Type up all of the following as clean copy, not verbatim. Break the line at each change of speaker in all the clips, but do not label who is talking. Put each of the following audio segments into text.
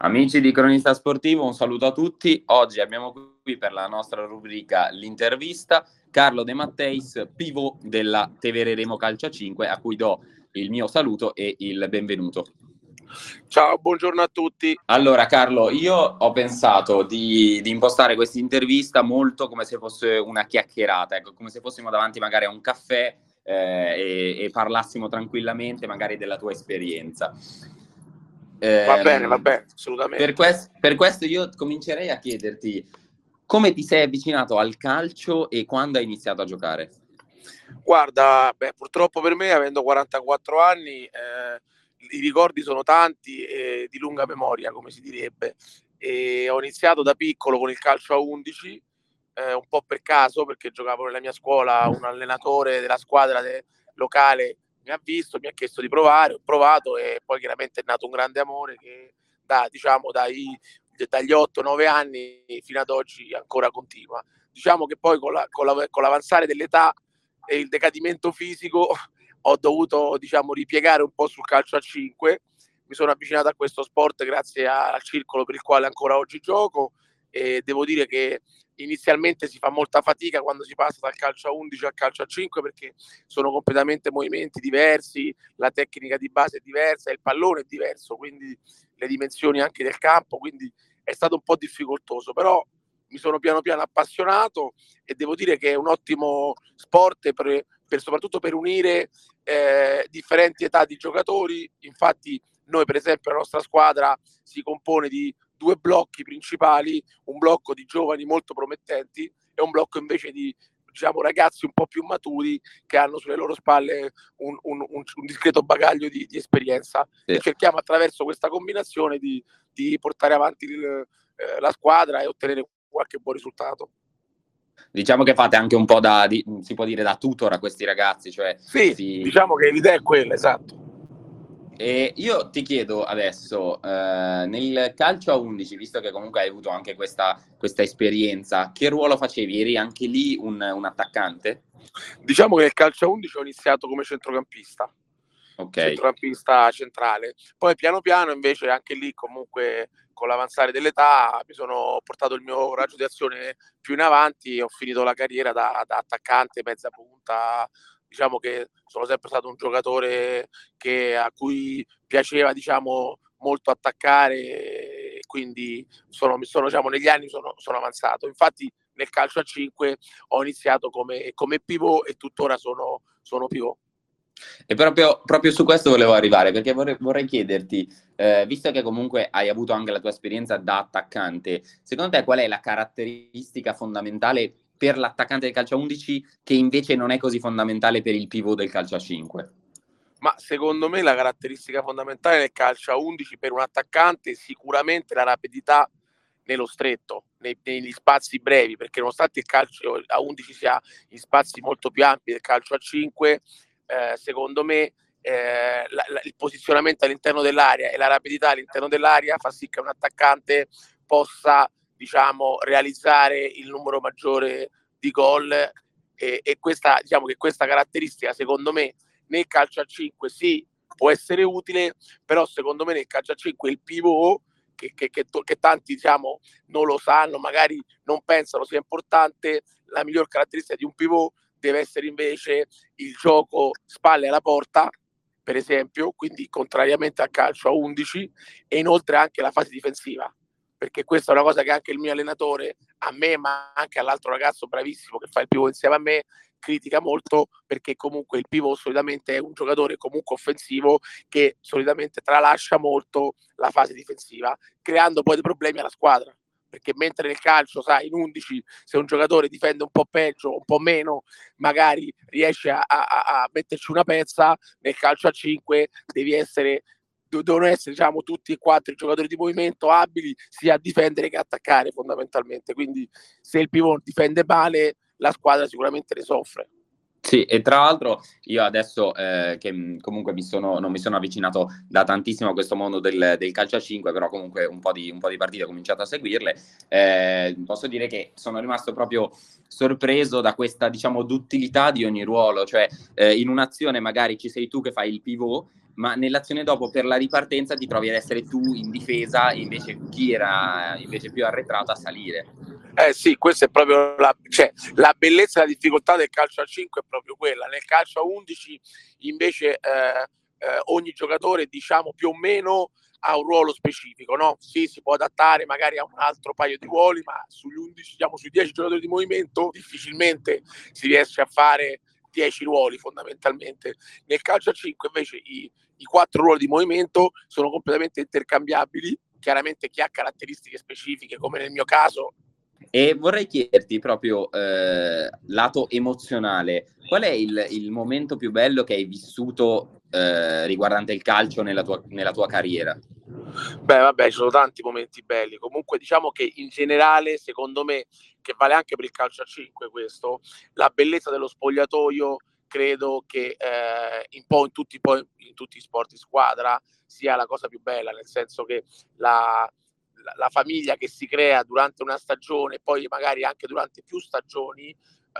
Amici di Cronista Sportivo, un saluto a tutti. Oggi abbiamo qui per la nostra rubrica l'intervista Carlo De Matteis, pivot della Tevere Remo Calcio 5, a cui do il mio saluto e il benvenuto.
Ciao, buongiorno a tutti.
Allora Carlo, io ho pensato di impostare questa intervista molto come se fosse una chiacchierata, ecco, come se fossimo davanti magari a un caffè e parlassimo tranquillamente magari della tua esperienza.
Va bene, assolutamente.
Per questo io comincerei a chiederti come ti sei avvicinato al calcio e quando hai iniziato a giocare?
Guarda, purtroppo per me, avendo 44 anni, i ricordi sono tanti e di lunga memoria, come si direbbe. E ho iniziato da piccolo con il calcio a 11, un po' per caso, perché giocavo nella mia scuola, un allenatore della squadra locale mi ha visto, mi ha chiesto di provare, ho provato e poi chiaramente è nato un grande amore che dagli 8-9 anni fino ad oggi ancora continua. Diciamo che poi con l'avanzare dell'età e il decadimento fisico ho dovuto, ripiegare un po' sul calcio a 5. Mi sono avvicinato a questo sport grazie al circolo per il quale ancora oggi gioco e devo dire che inizialmente si fa molta fatica quando si passa dal calcio a 11 al calcio a 5 perché sono completamente movimenti diversi, la tecnica di base è diversa, il pallone è diverso, quindi le dimensioni anche del campo, quindi è stato un po' difficoltoso, però mi sono piano piano appassionato e devo dire che è un ottimo sport soprattutto per unire differenti età di giocatori. Infatti noi per esempio la nostra squadra si compone di due blocchi principali, un blocco di giovani molto promettenti e un blocco invece di ragazzi un po' più maturi che hanno sulle loro spalle un discreto bagaglio di esperienza.
Sì.
E cerchiamo attraverso questa combinazione di portare avanti la squadra e ottenere qualche buon risultato.
Diciamo che fate anche un po' si può dire da tutor a questi ragazzi, cioè
Sì, diciamo che l'idea è quella, esatto.
E io ti chiedo adesso, nel calcio a 11, visto che comunque hai avuto anche questa esperienza, che ruolo facevi? Eri anche lì un attaccante?
Diciamo che nel calcio a 11 ho iniziato come centrocampista.
Okay.
Centrocampista centrale. Poi piano piano invece anche lì comunque con l'avanzare dell'età mi sono portato il mio raggio di azione più in avanti e ho finito la carriera da attaccante, mezza punta. Diciamo che sono sempre stato un giocatore a cui piaceva molto attaccare, quindi negli anni sono avanzato. Infatti nel calcio a 5 ho iniziato come pivot e tuttora sono pivot.
E proprio su questo volevo arrivare, perché vorrei chiederti, visto che comunque hai avuto anche la tua esperienza da attaccante, secondo te qual è la caratteristica fondamentale per l'attaccante del calcio a 11 che invece non è così fondamentale per il pivot del calcio a 5?
Ma secondo me la caratteristica fondamentale del calcio a 11 per un attaccante è sicuramente la rapidità nello stretto, negli spazi brevi, perché nonostante il calcio a 11 sia in spazi molto più ampi del calcio a 5, secondo me il posizionamento all'interno dell'area e la rapidità all'interno dell'area fa sì che un attaccante possa realizzare il numero maggiore di gol e questa caratteristica secondo me nel calcio a 5 sì, può essere utile, però secondo me nel calcio a 5 il pivot che tanti non lo sanno, magari non pensano sia importante, la miglior caratteristica di un pivot deve essere invece il gioco spalle alla porta, per esempio, quindi contrariamente al calcio a 11, e inoltre anche la fase difensiva, perché questa è una cosa che anche il mio allenatore, a me ma anche all'altro ragazzo bravissimo che fa il pivot insieme a me, critica molto, perché comunque il pivot solitamente è un giocatore comunque offensivo che solitamente tralascia molto la fase difensiva, creando poi dei problemi alla squadra, perché mentre nel calcio, sai, in 11 se un giocatore difende un po' peggio, un po' meno, magari riesce a metterci una pezza, nel calcio a 5 devono essere tutti e quattro i giocatori di movimento abili sia a difendere che a attaccare fondamentalmente, quindi se il pivot difende male la squadra sicuramente ne soffre.
Sì, e tra l'altro io adesso che comunque non mi sono avvicinato da tantissimo a questo mondo del calcio a 5, però comunque un po' di partite ho cominciato a seguirle, posso dire che sono rimasto proprio sorpreso da questa, diciamo, duttilità di ogni ruolo, cioè in un'azione magari ci sei tu che fai il pivot, ma nell'azione dopo per la ripartenza ti trovi ad essere tu in difesa e invece chi era invece più arretrato a salire.
Sì, questa è proprio la bellezza e la difficoltà del calcio a 5 è proprio quella. Nel calcio a 11 invece ogni giocatore, diciamo, più o meno ha un ruolo specifico, no? Sì, si può adattare magari a un altro paio di ruoli, ma sugli 11, diciamo, sui 10 giocatori di movimento difficilmente si riesce a fare 10 ruoli fondamentalmente. Nel calcio a 5 invece i 4 ruoli di movimento sono completamente intercambiabili. Chiaramente chi ha caratteristiche specifiche, come nel mio caso.
E vorrei chiederti proprio lato emozionale, qual è il momento più bello che hai vissuto riguardante il calcio nella tua carriera?
Beh, vabbè, ci sono tanti momenti belli. Comunque diciamo che in generale, secondo me, che vale anche per il calcio a 5 questo, la bellezza dello spogliatoio credo che in tutti i sport di squadra sia la cosa più bella, nel senso che la famiglia che si crea durante una stagione e poi magari anche durante più stagioni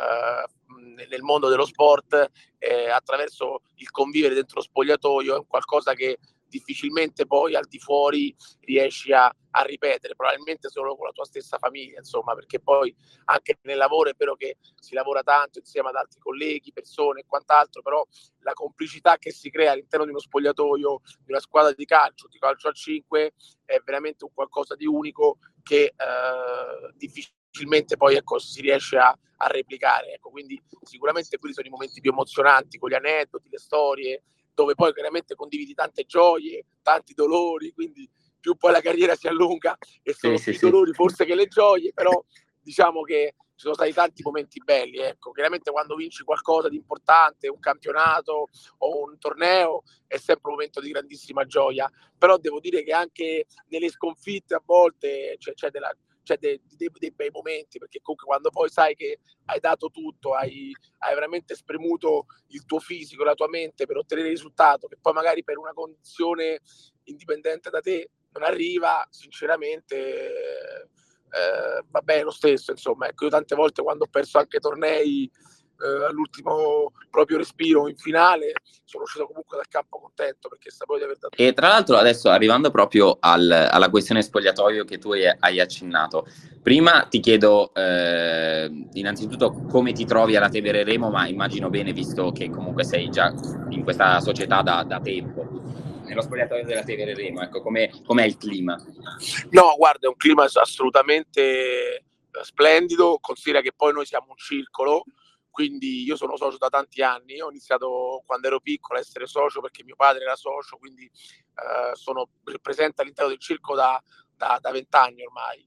nel mondo dello sport attraverso il convivere dentro lo spogliatoio è qualcosa che difficilmente poi al di fuori riesci a ripetere, probabilmente solo con la tua stessa famiglia, insomma, perché poi anche nel lavoro è vero che si lavora tanto insieme ad altri colleghi, persone e quant'altro, però la complicità che si crea all'interno di uno spogliatoio, di una squadra di calcio a 5, è veramente un qualcosa di unico che difficilmente poi si riesce a replicare. Ecco, quindi sicuramente quelli sono i momenti più emozionanti, con gli aneddoti, le storie, dove poi chiaramente condividi tante gioie, tanti dolori, quindi più poi la carriera si allunga e sono più i dolori forse che le gioie, però diciamo che ci sono stati tanti momenti belli, ecco. Chiaramente quando vinci qualcosa di importante, un campionato o un torneo, è sempre un momento di grandissima gioia, però devo dire che anche nelle sconfitte a volte c'è dei bei momenti, perché comunque quando poi sai che hai dato tutto, hai veramente spremuto il tuo fisico, la tua mente per ottenere il risultato, che poi magari per una condizione indipendente da te non arriva, sinceramente va bene lo stesso, insomma. Ecco, io tante volte quando ho perso anche tornei all'ultimo proprio respiro in finale sono uscito comunque dal campo contento perché sapevo di aver dato.
E tra l'altro adesso arrivando proprio alla questione spogliatoio che tu hai accennato, prima ti chiedo innanzitutto come ti trovi alla Tevere Remo, ma immagino bene visto che comunque sei già in questa società da tempo. Nello spogliatoio della Tevere Remo, ecco, com'è il clima?
No, guarda, è un clima assolutamente splendido, considera che poi noi siamo un circolo, quindi io sono socio da tanti anni, ho iniziato quando ero piccolo a essere socio perché mio padre era socio, quindi sono presente all'interno del circolo da 20 anni ormai.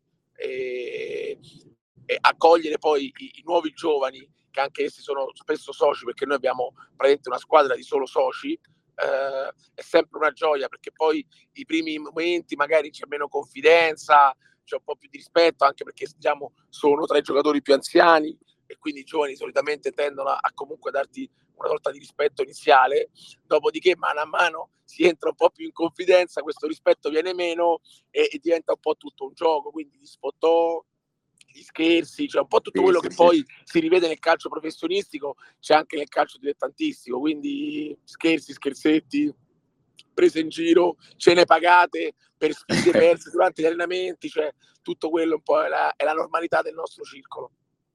E accogliere poi i nuovi giovani, che anche essi sono spesso soci, perché noi abbiamo praticamente una squadra di solo soci, è sempre una gioia, perché poi i primi momenti magari c'è meno confidenza, c'è un po' più di rispetto, anche perché diciamo sono tra i giocatori più anziani e quindi i giovani solitamente tendono a comunque darti una sorta di rispetto iniziale, dopodiché mano a mano si entra un po' più in confidenza, questo rispetto viene meno e diventa un po' tutto un gioco, quindi gli sfottò, gli scherzi, cioè un po' tutto quello che poi si rivede nel calcio professionistico c'è anche nel calcio dilettantistico, quindi scherzi, scherzetti, prese in giro, cene pagate per sfide perse durante gli allenamenti, cioè tutto quello un po' è la normalità del nostro circolo.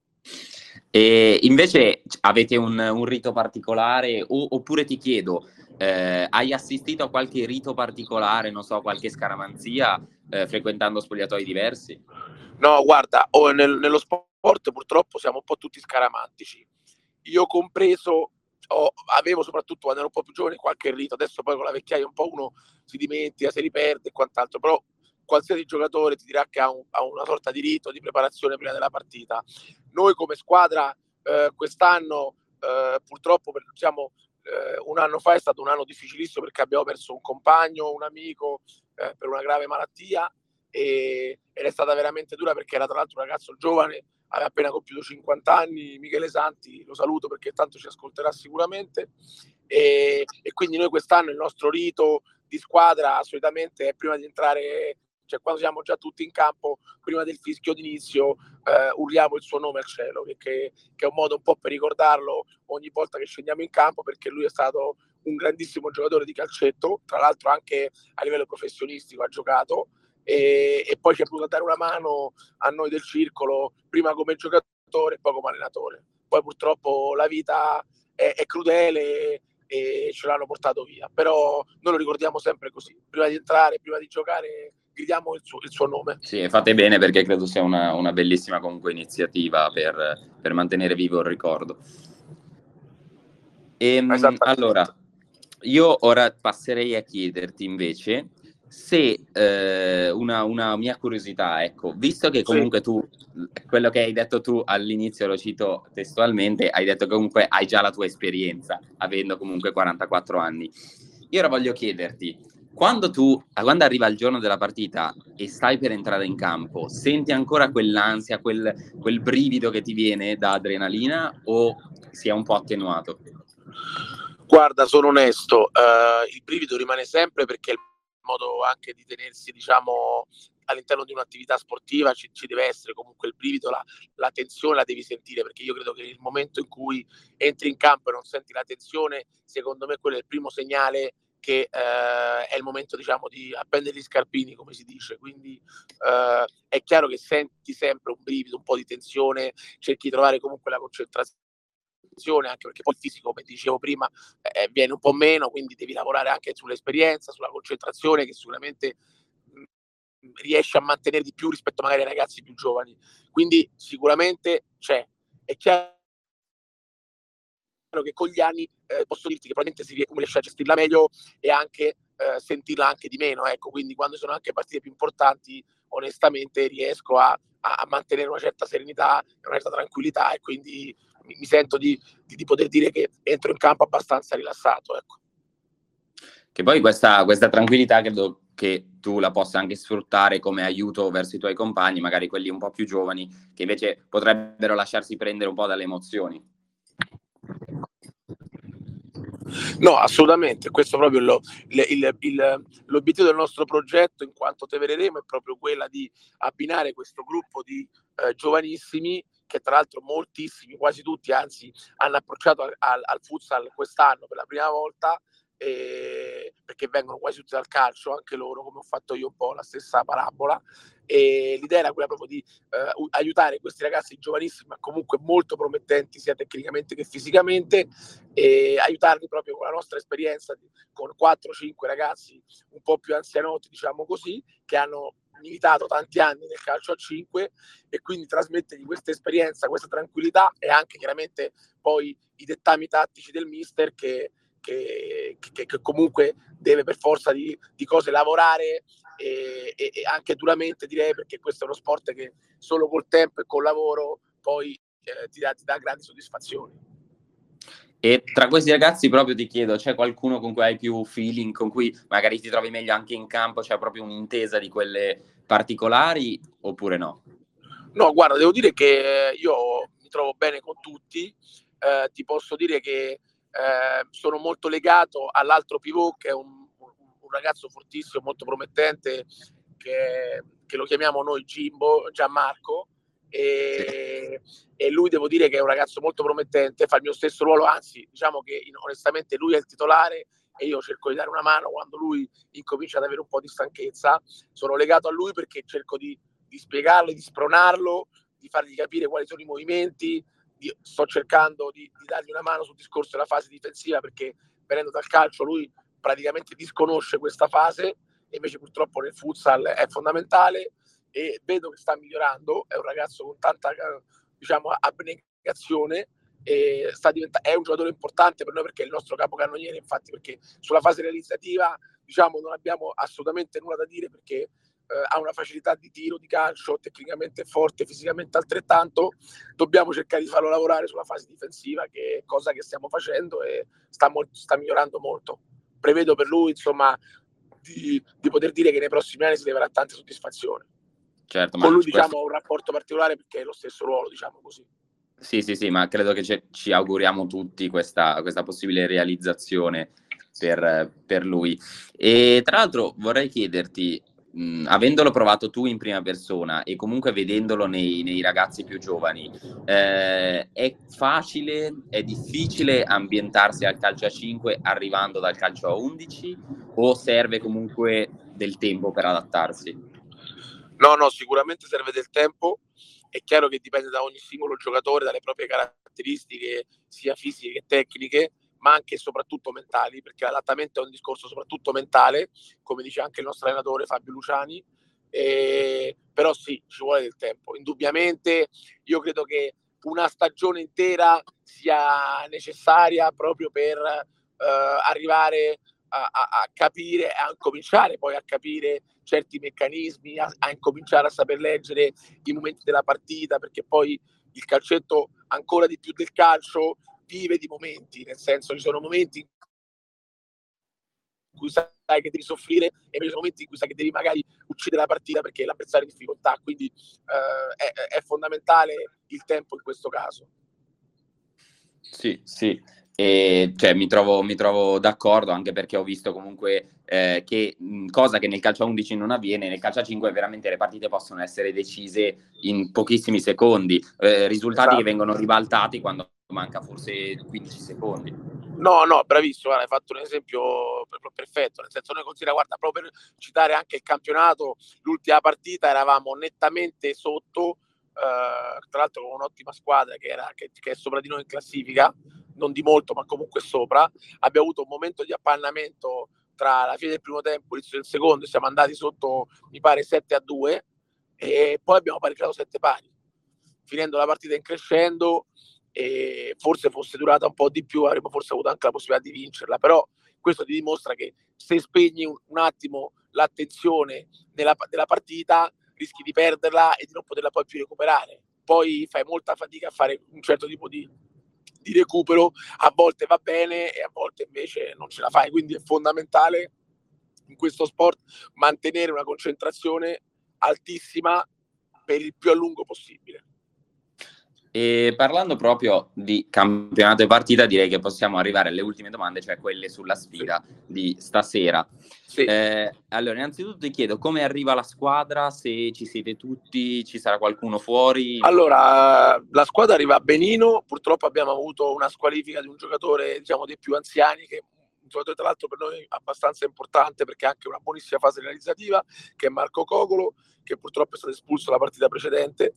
E invece avete un rito particolare oppure ti chiedo, hai assistito a qualche rito particolare, non so, qualche scaramanzia frequentando spogliatoi diversi?
No, guarda, nello sport purtroppo siamo un po' tutti scaramantici. Io compreso, avevo soprattutto quando ero un po' più giovane qualche rito, adesso poi con la vecchiaia un po' uno si dimentica, si riperde e quant'altro, però qualsiasi giocatore ti dirà che ha una sorta di rito di preparazione prima della partita. Noi come squadra quest'anno purtroppo diciamo, un anno fa è stato un anno difficilissimo perché abbiamo perso un compagno, un amico per una grave malattia ed è stata veramente dura perché era tra l'altro un ragazzo giovane, aveva appena compiuto 50 anni, Michele Santi, lo saluto perché tanto ci ascolterà sicuramente e quindi noi quest'anno il nostro rito di squadra solitamente è prima di entrare, cioè quando siamo già tutti in campo, prima del fischio d'inizio urliamo il suo nome al cielo, che è un modo un po' per ricordarlo ogni volta che scendiamo in campo, perché lui è stato un grandissimo giocatore di calcetto, tra l'altro anche a livello professionistico ha giocato, e poi ci è potuto dare una mano a noi del circolo, prima come giocatore e poi come allenatore. Poi purtroppo la vita è crudele e ce l'hanno portato via, però noi lo ricordiamo sempre così: prima di entrare, prima di giocare, gridiamo il suo nome.
Sì, e fate bene, perché credo sia una bellissima comunque iniziativa per mantenere vivo il ricordo. Allora, io ora passerei a chiederti invece se una mia curiosità, ecco, visto che comunque
Sì.
tu, quello che hai detto tu all'inizio, lo cito testualmente, hai detto che comunque hai già la tua esperienza, avendo comunque 44 anni. Io ora voglio chiederti, quando arriva il giorno della partita e stai per entrare in campo, senti ancora quell'ansia, quel brivido che ti viene da adrenalina, o si è un po' attenuato?
Guarda, sono onesto, il brivido rimane sempre, perché è il modo anche di tenersi, diciamo, all'interno di un'attività sportiva, ci deve essere comunque il brivido, la tensione la devi sentire, perché io credo che il momento in cui entri in campo e non senti la tensione, secondo me quello è il primo segnale che è il momento, diciamo, di appendere gli scarpini, come si dice. Quindi è chiaro che senti sempre un brivido, un po' di tensione, cerchi di trovare comunque la concentrazione, anche perché poi il fisico, come dicevo prima, viene un po' meno, quindi devi lavorare anche sull'esperienza, sulla concentrazione, che sicuramente riesci a mantenere di più rispetto magari ai ragazzi più giovani. Quindi sicuramente c'è. È chiaro che con gli anni posso dirti che probabilmente si riesce a gestirla meglio e anche sentirla anche di meno, ecco. Quindi quando sono anche partite più importanti, onestamente riesco a mantenere una certa serenità e una certa tranquillità, e quindi mi sento di poter dire che entro in campo abbastanza rilassato, ecco.
Che poi questa tranquillità credo che tu la possa anche sfruttare come aiuto verso i tuoi compagni, magari quelli un po' più giovani, che invece potrebbero lasciarsi prendere un po' dalle emozioni.
No, assolutamente, questo è proprio l'obiettivo del nostro progetto, in quanto Tevereremo, è proprio quella di abbinare questo gruppo di giovanissimi, che tra l'altro moltissimi, quasi tutti, anzi, hanno approcciato al futsal quest'anno per la prima volta, perché vengono quasi tutti dal calcio, anche loro, come ho fatto io un po' la stessa parabola, e l'idea era quella proprio di aiutare questi ragazzi giovanissimi, ma comunque molto promettenti sia tecnicamente che fisicamente, e aiutarli proprio con la nostra esperienza, con 4-5 ragazzi un po' più anzianotti, diciamo così, che hanno militato tanti anni nel calcio a 5, e quindi trasmettergli questa esperienza, questa tranquillità, e anche chiaramente poi i dettami tattici del mister, che comunque deve per forza di cose lavorare, e anche duramente, direi, perché questo è uno sport che solo col tempo e col lavoro poi ti dà grandi soddisfazioni.
E tra questi ragazzi proprio ti chiedo, c'è qualcuno con cui hai più feeling, con cui magari ti trovi meglio anche in campo, c'è proprio un'intesa di quelle particolari, oppure no?
No, guarda, devo dire che io mi trovo bene con tutti. Ti posso dire che sono molto legato all'altro pivot, che è un ragazzo fortissimo, molto promettente, che lo chiamiamo noi Jimbo, Gianmarco, e lui, devo dire che è un ragazzo molto promettente, fa il mio stesso ruolo, anzi, diciamo che onestamente lui è il titolare e io cerco di dare una mano quando lui incomincia ad avere un po' di stanchezza. Sono legato a lui perché cerco di spiegarlo, di spronarlo, di fargli capire quali sono i movimenti. Sto cercando di dargli una mano sul discorso della fase difensiva, perché venendo dal calcio lui praticamente disconosce questa fase, e invece purtroppo nel futsal è fondamentale, e vedo che sta migliorando. È un ragazzo con tanta, diciamo, abnegazione, e è un giocatore importante per noi, perché è il nostro capocannoniere, infatti, perché sulla fase realizzativa, diciamo, non abbiamo assolutamente nulla da dire, perché ha una facilità di tiro, di calcio, tecnicamente forte, fisicamente altrettanto. Dobbiamo cercare di farlo lavorare sulla fase difensiva, che è cosa che stiamo facendo, e sta migliorando molto. Prevedo per lui, insomma, di poter dire che nei prossimi anni si leverà tante soddisfazioni.
Certo,
Con
ma
lui, diciamo, ho un rapporto particolare, perché è lo stesso ruolo, diciamo così.
sì, ma credo che ci auguriamo tutti questa possibile realizzazione per lui. E tra l'altro vorrei chiederti, avendolo provato tu in prima persona e comunque vedendolo nei ragazzi più giovani, è facile, è difficile ambientarsi al calcio a 5 arrivando dal calcio a 11 o serve comunque del tempo per adattarsi?
No, sicuramente serve del tempo. È chiaro che dipende da ogni singolo giocatore, dalle proprie caratteristiche sia fisiche che tecniche, ma anche e soprattutto mentali, perché l'adattamento è un discorso soprattutto mentale, come dice anche il nostro allenatore Fabio Luciani. Però sì, ci vuole del tempo. Indubbiamente io credo che una stagione intera sia necessaria proprio per arrivare a capire, a cominciare poi a capire certi meccanismi, a incominciare a saper leggere i momenti della partita, perché poi il calcetto, ancora di più del calcio, vive di momenti, nel senso ci sono momenti in cui sai che devi soffrire e ci sono momenti in cui sai che devi magari uccidere la partita perché l'avversario è in difficoltà, quindi è fondamentale il tempo in questo caso.
Sì, sì. E, cioè, mi trovo d'accordo, anche perché ho visto comunque che cosa che nel calcio a 11 non avviene, nel calcio a 5 veramente le partite possono essere decise in pochissimi secondi, risultati che vengono ribaltati quando manca forse 15 secondi.
No, bravissimo, guarda, hai fatto un esempio perfetto, nel senso noi consideriamo, guarda, proprio per citare anche il campionato, l'ultima partita eravamo nettamente sotto, tra l'altro con un'ottima squadra che è sopra di noi in classifica, non di molto ma comunque sopra. Abbiamo avuto un momento di appannamento tra la fine del primo tempo e l'inizio del secondo, siamo andati sotto mi pare 7-2 e poi abbiamo pareggiato 7 pari, finendo la partita in crescendo, e forse fosse durata un po' di più avremmo forse avuto anche la possibilità di vincerla, però questo ti dimostra che se spegni un attimo l'attenzione della partita rischi di perderla e di non poterla poi più recuperare. Poi fai molta fatica a fare un certo tipo di recupero, a volte va bene e a volte invece non ce la fai, quindi è fondamentale in questo sport mantenere una concentrazione altissima per il più a lungo possibile.
E parlando proprio di campionato e partita, direi che possiamo arrivare alle ultime domande, cioè quelle sulla sfida di stasera.
Sì.
Allora, innanzitutto ti chiedo come arriva la squadra, se ci siete tutti, ci sarà qualcuno fuori?
Allora, la squadra arriva a Benino, purtroppo abbiamo avuto una squalifica di un giocatore, diciamo, dei più anziani, che un giocatore tra l'altro per noi abbastanza importante perché ha anche una buonissima fase realizzativa, che è Marco Cocolo, che purtroppo è stato espulso la partita precedente,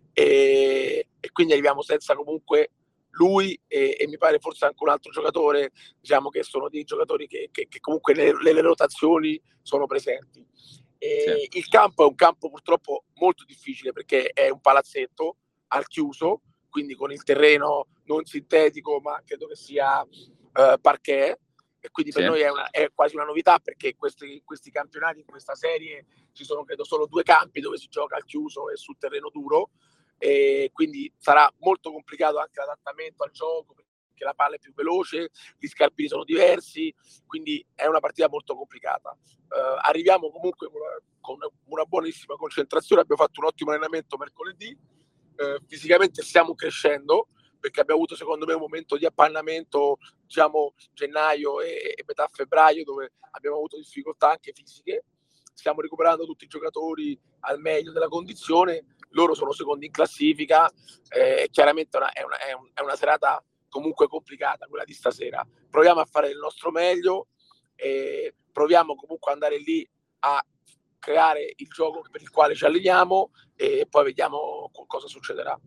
e quindi arriviamo senza comunque lui e mi pare forse anche un altro giocatore, diciamo che sono dei giocatori che comunque le rotazioni sono presenti.
Sì.
Il campo è un campo purtroppo molto difficile perché è un palazzetto al chiuso, quindi con il terreno non sintetico ma credo che sia parquet, e quindi per noi è quasi una novità perché questi campionati, in questa serie ci sono credo solo 2 campi dove si gioca al chiuso e sul terreno duro, e quindi sarà molto complicato anche l'adattamento al gioco perché la palla è più veloce, gli scarpini sono diversi, quindi è una partita molto complicata. Arriviamo comunque con una buonissima concentrazione, abbiamo fatto un ottimo allenamento mercoledì, fisicamente stiamo crescendo perché abbiamo avuto secondo me un momento di appannamento, diciamo gennaio e metà febbraio, dove abbiamo avuto difficoltà anche fisiche, stiamo recuperando tutti i giocatori al meglio della condizione, loro sono secondi in classifica, chiaramente è una serata comunque complicata quella di stasera, proviamo a fare il nostro meglio e proviamo comunque ad andare lì a creare il gioco per il quale ci alleniamo e poi vediamo cosa succederà.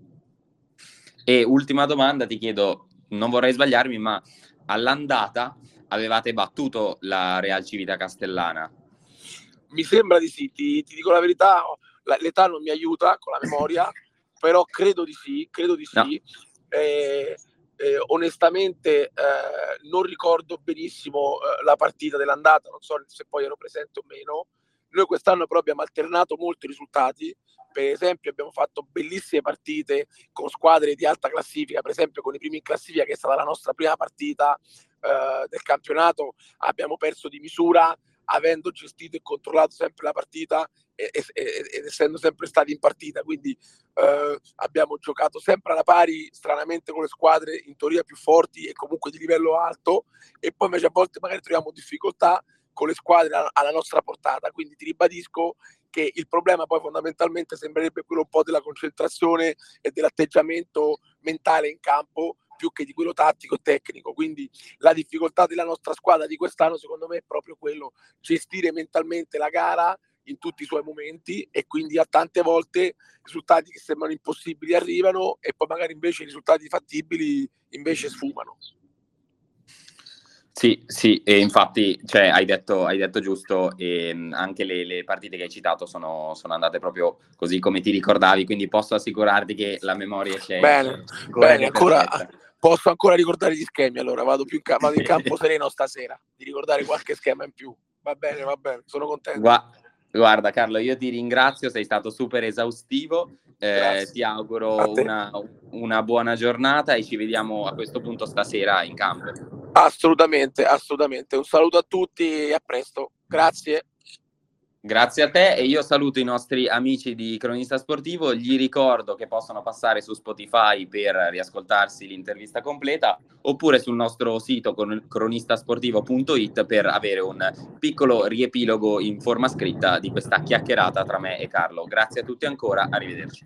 E ultima domanda, ti chiedo, non vorrei sbagliarmi, ma all'andata avevate battuto la Real Civita Castellana?
Mi sembra di sì, ti dico la verità, l'età non mi aiuta con la memoria, però credo di sì. No. Onestamente non ricordo benissimo la partita dell'andata, non so se poi ero presente o meno. Noi quest'anno però abbiamo alternato molti risultati, per esempio abbiamo fatto bellissime partite con squadre di alta classifica, per esempio con i primi in classifica, che è stata la nostra prima partita del campionato, abbiamo perso di misura, avendo gestito e controllato sempre la partita ed essendo sempre stati in partita, quindi abbiamo giocato sempre alla pari, stranamente, con le squadre in teoria più forti e comunque di livello alto, e poi invece a volte magari troviamo difficoltà con le squadre alla nostra portata. Quindi ti ribadisco che il problema poi fondamentalmente sembrerebbe quello un po' della concentrazione e dell'atteggiamento mentale in campo, più che di quello tattico e tecnico. Quindi la difficoltà della nostra squadra di quest'anno secondo me è proprio quello, gestire mentalmente la gara in tutti i suoi momenti, e quindi a tante volte risultati che sembrano impossibili arrivano e poi magari invece i risultati fattibili invece sfumano.
Sì, sì, e infatti cioè, hai detto giusto, e anche le partite che hai citato sono andate proprio così come ti ricordavi, quindi posso assicurarti che la memoria c'è
bene, ancora posso ancora ricordare gli schemi, allora vado in campo sereno stasera, di ricordare qualche schema in più. Va bene, sono contento.
Guarda Carlo, io ti ringrazio, sei stato super esaustivo, ti auguro una buona giornata e ci vediamo a questo punto stasera in campo.
Assolutamente, un saluto a tutti e a presto, grazie.
Grazie a te, e io saluto i nostri amici di Cronista Sportivo, gli ricordo che possono passare su Spotify per riascoltarsi l'intervista completa, oppure sul nostro sito cronistasportivo.it per avere un piccolo riepilogo in forma scritta di questa chiacchierata tra me e Carlo. Grazie a tutti ancora, arrivederci.